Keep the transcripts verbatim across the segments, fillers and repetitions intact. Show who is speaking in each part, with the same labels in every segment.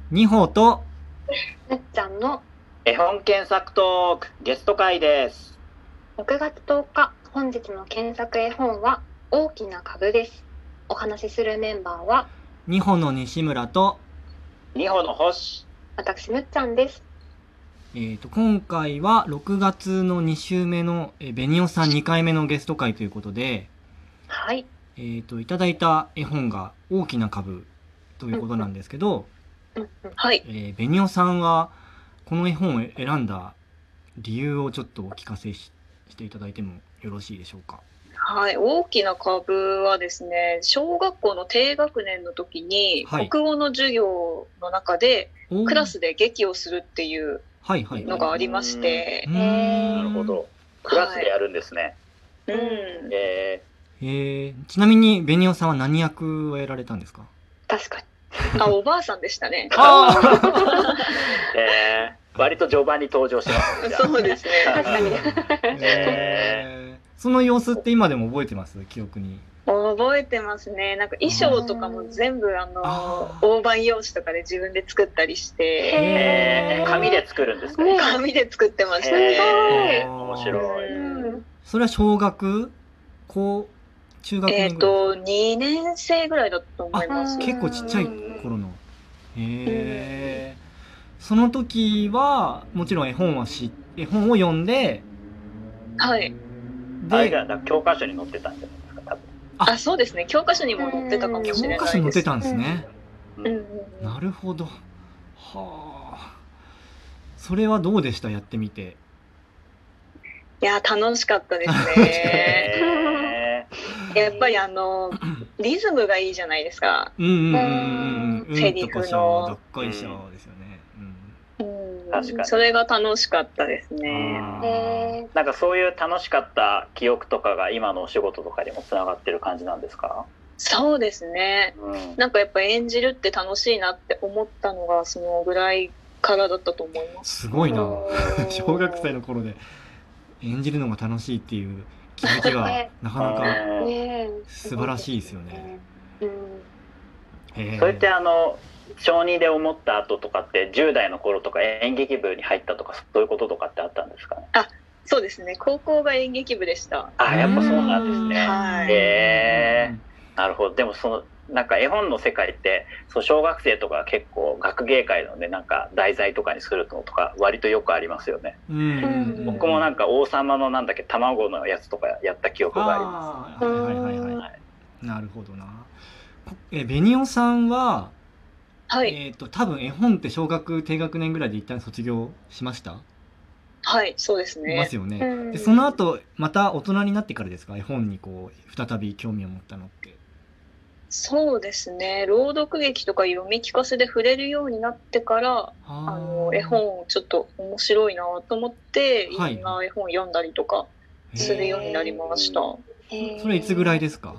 Speaker 1: 二歩と
Speaker 2: むっちゃんの
Speaker 3: 絵本検索トークゲスト会です。
Speaker 2: ろくがつとおか、本日の検索絵本は大きな株です。お話しするメンバーは
Speaker 1: 二歩の西村と、
Speaker 3: 二歩の星、
Speaker 2: 私むっちゃんです。
Speaker 1: えー、と今回はろくがつのに週目のえベニオさんにかいめのゲスト会ということで、
Speaker 2: はい、
Speaker 1: えー、といただいた絵本が大きな株ということなんですけど、
Speaker 2: うんうん、
Speaker 3: はい、
Speaker 1: えー、ベニオさんはこの絵本を選んだ理由をちょっとお聞かせ し, していただいてもよろしいでしょうか。
Speaker 4: はい、大きな株はですね、小学校の低学年の時に、
Speaker 1: はい
Speaker 4: 国語の授業の中で
Speaker 1: おー
Speaker 4: クラスで劇をするっていう
Speaker 1: はいはい
Speaker 4: のがありまして
Speaker 1: う、ーん
Speaker 2: へー
Speaker 3: なるほど。クラスでやるんですね。
Speaker 4: うん、
Speaker 3: え
Speaker 1: えー、ちなみにベニオさんは何役をやられたんですか？
Speaker 2: 確かに。
Speaker 4: あ、おばあさんでしたね。
Speaker 1: あ
Speaker 3: ー、えー、割と序盤に登場しますね。
Speaker 4: そうですね。
Speaker 2: 確かに。
Speaker 1: えー、その様子って今でも覚えてます？記憶に。
Speaker 4: 覚えてますね。なんか衣装とかも全部あの
Speaker 1: あー
Speaker 4: 大判用紙とかで自分で作ったりして、
Speaker 3: えー、紙で作るんですか？
Speaker 2: ね
Speaker 4: 紙で作ってました
Speaker 3: え
Speaker 4: ね。
Speaker 3: ー、面白い。
Speaker 2: うん
Speaker 1: それは小学高中学
Speaker 4: えっ
Speaker 1: 年ぐらい
Speaker 4: とにねん生ぐらいだと思います。
Speaker 1: 結構ちっちゃい頃の。へえ。その時はもちろん絵本はし絵本を読んで、
Speaker 4: はい。
Speaker 3: あれ
Speaker 1: で
Speaker 3: が教科書に載ってたんじゃないですか、多分。
Speaker 4: あ、そうですね。教科書にも載ってたかもしれないです。
Speaker 1: 教科書に載ってたんですね。
Speaker 4: うんうんうん。
Speaker 1: なるほど。はあ。それはどうでした？やってみて。
Speaker 4: いや、楽しかったですね。
Speaker 3: え
Speaker 4: やっぱりあの、リズムがいいじゃないですか。
Speaker 1: うんうんうんうんうん。
Speaker 4: セリフの
Speaker 1: うんとかしょどっこいしょですよね。
Speaker 4: うん、
Speaker 3: 確かに
Speaker 4: それが楽しかったです
Speaker 1: うん。
Speaker 4: ね。
Speaker 1: あー
Speaker 2: へ
Speaker 3: ー、なんかそういう楽しかった記憶とかが今のお仕事とかにもつながってる感じなんですか？
Speaker 4: そうですね。
Speaker 3: うん、
Speaker 4: なんかやっぱ演じるって楽しいなって思ったのがそのぐらいからだったと思います。
Speaker 1: すごいな。
Speaker 4: うん
Speaker 1: 小学生の頃で演じるのが楽しいっていう気づきがなかなか
Speaker 2: ーねえ
Speaker 1: 素晴らしいですよね。
Speaker 2: うん
Speaker 1: へー
Speaker 3: それってあの小にで思った後とかってじゅう代の頃とか演劇部に入ったとかそういうこととかってあったんですかね？
Speaker 4: そうですね。高校が演劇部でした。
Speaker 3: あ、やっぱそうなんですね。
Speaker 4: はい
Speaker 3: へー、なるほど。でもそのなんか絵本の世界ってそう小学生とか結構学芸会のねなんか題材とかにするのとか割とよくありますよね。
Speaker 1: うんうんうん
Speaker 3: 僕もなんか王様のなんだっけ卵のやつとかやった記憶がありま
Speaker 1: あーはいはいはいはい。なるほどな。こえベニオさんは、
Speaker 4: はい。
Speaker 1: えっと多分絵本って小学低学年ぐらいで一旦卒業しました？
Speaker 4: はい、そうです
Speaker 1: い
Speaker 4: ね。
Speaker 1: ますよね。
Speaker 2: うん
Speaker 1: でその後また大人になってからですか？絵本にこう再び興味を持ったのって。
Speaker 4: そうですね。朗読劇とか読み聞かせで触れるようになってから、あの絵本ちょっと面白いなと思って、いろ
Speaker 1: はい
Speaker 4: んな絵本読んだりとかするようになりました。
Speaker 2: へー
Speaker 1: それいつぐらいですか？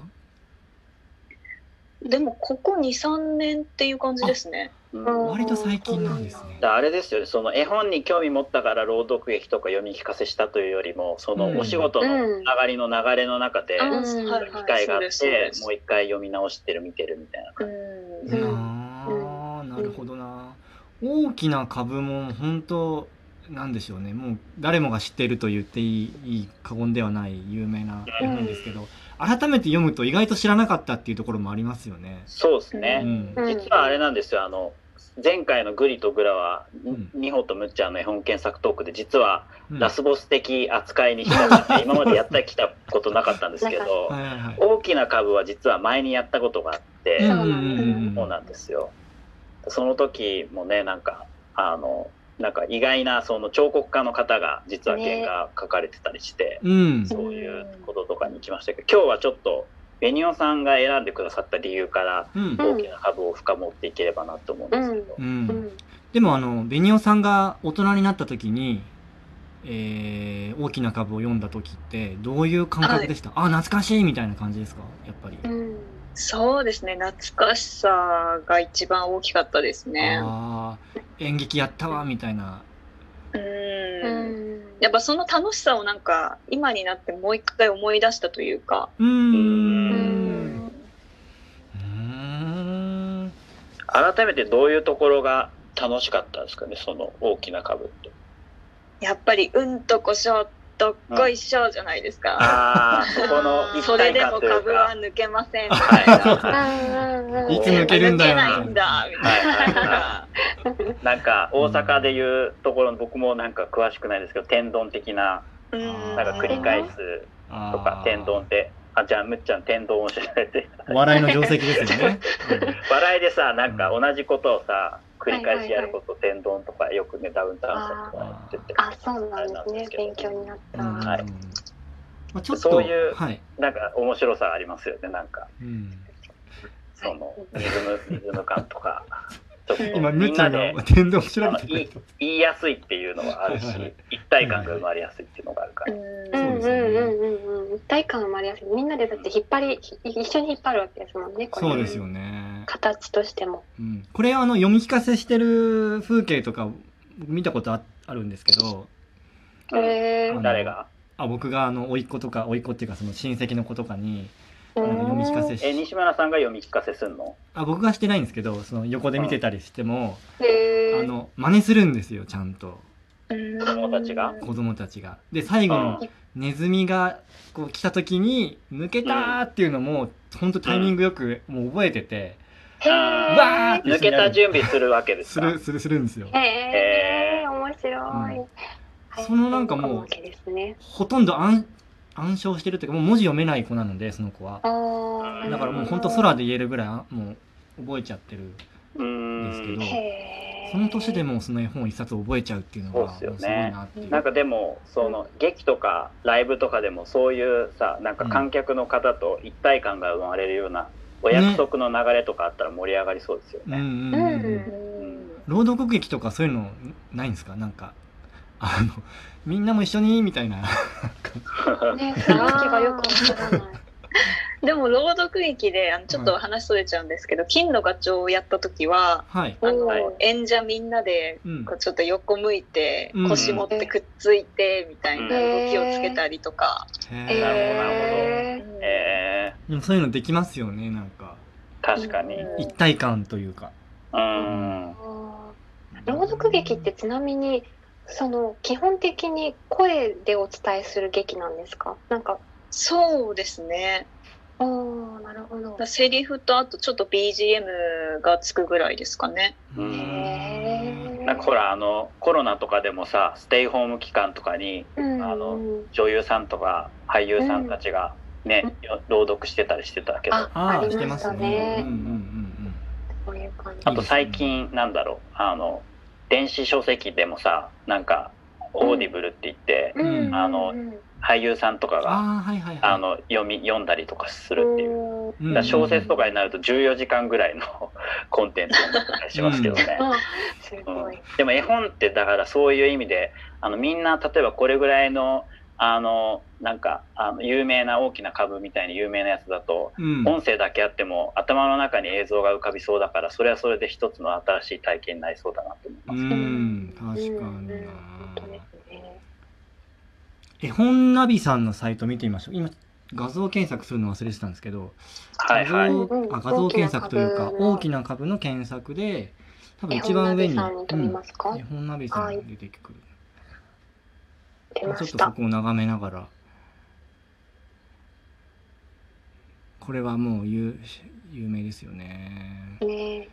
Speaker 4: でもここに、さんねんっていう感じですね。
Speaker 3: うん
Speaker 1: 割と最近なんですね。
Speaker 3: だからあれですよね、その絵本に興味持ったから朗読劇とか読み聞かせしたというよりもその
Speaker 1: うん
Speaker 3: お仕事の上がりの流れの中で
Speaker 4: あ
Speaker 2: うん
Speaker 4: ーはいはい、
Speaker 3: 機会があっ
Speaker 4: そうですそう
Speaker 3: て
Speaker 4: です
Speaker 3: もう一回読み直してる見てるみたいな感じ。
Speaker 4: うん
Speaker 1: ああ、なるほどな。大きな株も本当なんでしょうね。もう誰もが知っていると言っていい、いい過言ではない有名な絵本ですけど、改めて読むと意外と知らなかったっていうところもありますよね。
Speaker 3: そうですね、
Speaker 1: うん。
Speaker 2: うん
Speaker 3: 実はあれなんですよ、あの前回のグリとグラは
Speaker 1: うん
Speaker 3: 二歩とむっちゃんの絵本検索トークで実は
Speaker 1: うん
Speaker 3: ラスボス的扱いにしたくて今までやってきたことなかったんですけど
Speaker 1: はいはいはい。
Speaker 3: 大きな株は実は前にやったことがあって、
Speaker 1: うんうんうんうん
Speaker 3: そうなんですよ。その時もねなんかあのなんか意外なその彫刻家の方が実は原画描かれてたりして、
Speaker 1: うん。
Speaker 3: そういうこととかに行きましたけど、今日はちょっとベニオさんが選んでくださった理由から
Speaker 1: うん。
Speaker 3: 大きな株を深掘っていければなと思うんですけど、
Speaker 1: う。
Speaker 2: うんん
Speaker 1: でもあのベニオさんが大人になった時に、えー大きな株を読んだ時ってどういう感覚でした？あ、懐かしいみたいな感じですか？やっぱり。
Speaker 2: うん
Speaker 4: そうですね。懐かしさが一番大きかったですね。
Speaker 1: ああ、演劇やったわみたいな。
Speaker 4: う。
Speaker 2: うんん
Speaker 4: やっぱその楽しさをなんか今になってもう一回思い出したというか。
Speaker 1: うーん。
Speaker 3: う
Speaker 1: うーん。
Speaker 3: 改めてどういうところが楽しかったですかね、その大きな株って。
Speaker 4: やっぱりうんとこしょどっこいしょじゃないですか、
Speaker 3: うん、ああそこの
Speaker 4: それでも株は抜けませんみ
Speaker 3: たい
Speaker 1: な、いつ抜けるんだよ
Speaker 4: 抜けないんだみたいな、はいはいはい、
Speaker 3: なんか大阪でいうところの、僕もなんか詳しくないですけど天丼的な、なんか繰り返すとか、天丼ってあ、じゃあむっちゃん天丼を知られて
Speaker 1: 笑いの定石ですよね
Speaker 3: 笑いでさ、なんか同じことをさ繰り返しやること、はいはいはい、天丼とかよくねダウンタウンさんとか言ってて、
Speaker 2: あ、そうなんですね、勉強になった、うん、はい、
Speaker 1: まあ、ちょっと
Speaker 3: そういう、
Speaker 1: はい、
Speaker 3: なんか面白さありますよね、なんか、うん、そのリズムリズム感とかちょっと
Speaker 1: 今むっちゃんが天丼調べてくれた、
Speaker 3: 言いやすいっていうのはあるし、はいはいはい、一体感が生まれやすいっていうのがあるから、うん
Speaker 2: うんうんうんうん、一体感生まれやすい。みんなでだって引っ張り一緒に引っ張るわけですもんね、これ。
Speaker 1: そうですよね、
Speaker 2: 形としても、
Speaker 1: うん、これあの読み聞かせしてる風景とか見たことああるんですけど、
Speaker 2: えー、
Speaker 3: 誰が
Speaker 1: あ僕があの甥っ子とか甥っ子っていうかその親戚の子とかになんか読み聞かせし
Speaker 3: え西村さんが読み聞かせするの？
Speaker 1: あ僕がしてないんですけど、その横で見てたりしても、
Speaker 2: うん、
Speaker 1: あの真似するんですよ、ちゃんと
Speaker 3: 子供たちが
Speaker 1: 子供たちがで最後のネズミがこう来た時に抜けたーっていうのもほんとタイミングよくもう覚えてて、
Speaker 2: うん、
Speaker 3: わーって抜けた準備するわけですか？
Speaker 1: するするするんですよ。
Speaker 2: へえー、面白い、
Speaker 1: うん、そのなんかもう、ね、ほとんど暗暗唱してるというかもう文字読めない子なのでその子は、
Speaker 2: あ
Speaker 1: だからもうほんと空で言えるぐらいもう覚えちゃってるんですけど、その年でもその絵本一冊覚えちゃうっていうのがすごいなっていう。
Speaker 3: なんかでもその劇とかライブとかでもそういうさ、なんか観客の方と一体感が生まれるようなお約束の流れとかあったら盛り上がりそうですよね。
Speaker 1: うんうんうん、朗読劇とかそういうのないんですか？なんかあのみんなも一緒にみたいな
Speaker 2: ね、雰囲気がよくわからない
Speaker 4: でも朗読劇であのちょっと話それちゃうんですけど、はい、金のガチョウをやった時は、はい、あの演者みんなでこうちょっと横向いて、うん、腰持ってくっついてみたいな動きをつけたりとか、
Speaker 3: へー、なるほどなるほど、え
Speaker 1: ー、でもそういうのできますよね、なんか
Speaker 3: 確かに
Speaker 1: 一体感というか、
Speaker 3: うん、
Speaker 2: うん、朗読劇ってちなみにその基本的に声でお伝えする劇なんですか？なんか
Speaker 4: そうですね。
Speaker 2: ああ、なるほど。
Speaker 4: セリフとあとちょっと ビージーエム がつくぐらいですかね。
Speaker 2: へ
Speaker 3: え。なんかほらあのコロナとかでもさ、ステイホーム期間とかに、うん、あの女優さんとか俳優さんたちがね、うん、朗読してたりしてたけど、
Speaker 2: あ、ありましたね。
Speaker 3: あと最近なんだろう、あの電子書籍でもさ、なんかオーディブルって言って、うん、あの俳優さんとかが、あ、はいはいはい、あの読み読んだりとかするっていう、だから小説とかになるとじゅうよじかんぐらいのコンテンツになったりしますけどね、うんうん、でも絵本ってだからそういう意味であのみんな例えばこれぐらいのあのなんかあの有名な大きな株みたいに有名なやつだと、うん、音声だけあっても頭の中に映像が浮かびそうだから、それはそれで一つの新しい体験になりそうだなと思います。
Speaker 1: うん、確かにな。絵本ナビさんのサイト見てみましょう。今画像検索するの忘れてたんですけど、
Speaker 3: はいはい、
Speaker 1: 画像、あ、画像検索というか大きな株の検索で多分一番上に、うん、絵本ナビさん出てくる。ちょっとそこを眺めながら、これはもう 有, 有名ですよね。
Speaker 2: ね、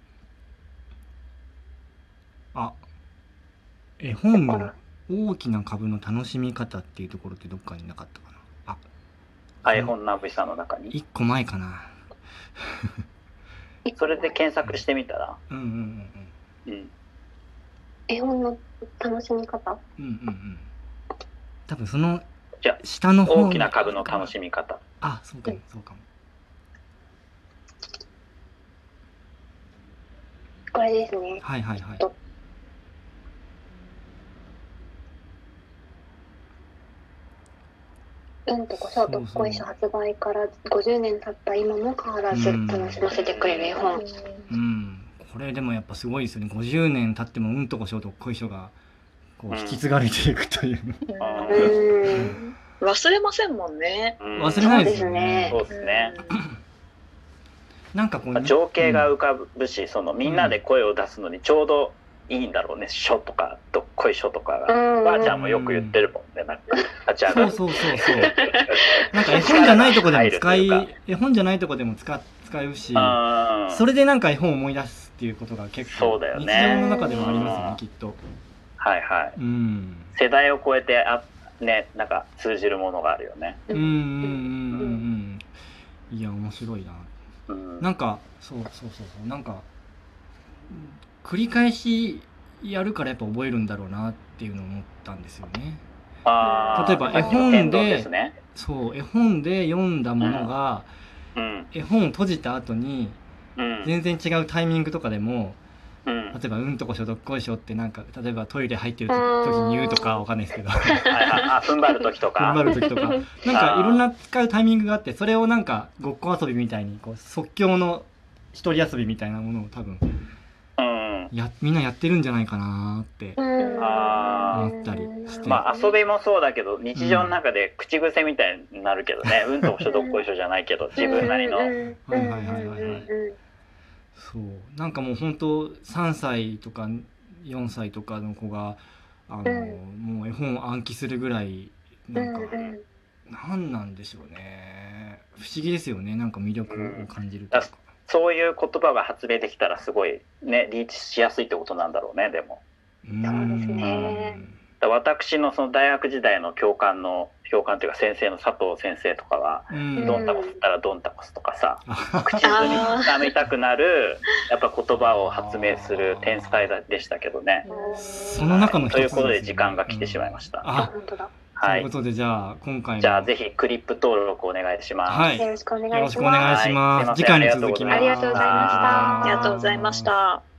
Speaker 1: あ、絵本の大きな株の楽しみ方っていうところってどっかになかったかな。あ、
Speaker 3: あ、絵本ナビさんの中に
Speaker 1: 一個前かな
Speaker 3: それで検索してみたら、
Speaker 1: うんうんうんうん、
Speaker 2: 絵本の楽しみ方、
Speaker 1: うんうんうん、多分その
Speaker 3: じゃ
Speaker 1: 下の方
Speaker 3: 大きな株の楽しみ方。
Speaker 1: あ、そうかもそうかも。
Speaker 2: これですね。
Speaker 1: はいはいはい。
Speaker 2: うんとこしょどっこいしょ発売からごじゅうねん経った今も変わらず楽しませてくれる絵本。
Speaker 1: うん、うん、これでもやっぱすごいですよね。ごじゅうねん経ってもうんとこしょどっこいしょがこう引き継がれていくという、
Speaker 4: うんうん、忘れませんもんね。
Speaker 1: 忘れないですよね。
Speaker 3: そうですね。
Speaker 1: なんかこう
Speaker 3: 情景が浮かぶし、そのみんなで声を出すのにちょうどいいんだろうね、書とかどっこい書とかが、ばあちゃんもよく言ってるもんね、なんか立ち上がる。
Speaker 1: そうそうそうそうなんか絵本じゃないとこでも使い絵本じゃないとこでも使使うし、それでなんか絵本を思い出すっていうことが結構日常の中でもありますよね、きっと。
Speaker 3: はいはい、
Speaker 1: うん、
Speaker 3: 世代を超えてあね、なんか通じるものがあるよね。
Speaker 1: うんうんうんうんうん、いや面白いな、うん、なんかそうそうそうそうなんか繰り返しやるからやっぱ覚えるんだろうなっていうのを思ったんですよね。
Speaker 3: あ
Speaker 1: 例えば絵本で、
Speaker 3: ね、
Speaker 1: そう絵本で読んだものが、うんうん、絵本を閉じた後に、うん、全然違うタイミングとかでも、うん、例えばうんとこしょどっこいしょってなんか例えばトイレ入ってる時に言うとかわかんないですけど
Speaker 3: あ踏ん張る時とか
Speaker 1: 踏ん張る時とかなんかいろんな使うタイミングがあって、それをなんかごっこ遊びみたいにこう即興の一人遊びみたいなものを多分、うん、やみんなやってるんじゃないかなって思ったりして、
Speaker 3: まあ遊びもそうだけど日常の中で口癖みたいになるけどね、うん、うんとこしょどっこいしょじゃないけど自分なりの、はいはいはいはいはい、
Speaker 1: そうなんかもう本当さんさいとかよんさいとかの子があの、うん、もう絵本を暗記するぐらいなんか、うん、なんなんでしょうね、不思議ですよね、なんか魅力を感じるというか、うん、
Speaker 3: そういう言葉が発明できたらすごいねリーチしやすいってことなんだろうね。でも
Speaker 2: そうですね。
Speaker 3: 私のその大学時代の教官の教官というか先生の佐藤先生とかは、うん、ドンタコスったらドンタコスとかさ、口ずに掴みたくなるやっぱ言葉を発明する天才でしたけどね。
Speaker 1: その中の一つですね。
Speaker 3: ということで時間が来てしまいました。
Speaker 1: うん、あ、本当だ。はい。ということでじゃあ今回も
Speaker 3: じゃあぜひクリップ登録お願いします。
Speaker 2: はい。よろしくお願いします。よろしくお
Speaker 1: 願いします。次回に続きます。
Speaker 2: ありがとうございました。
Speaker 4: ありがとうございました。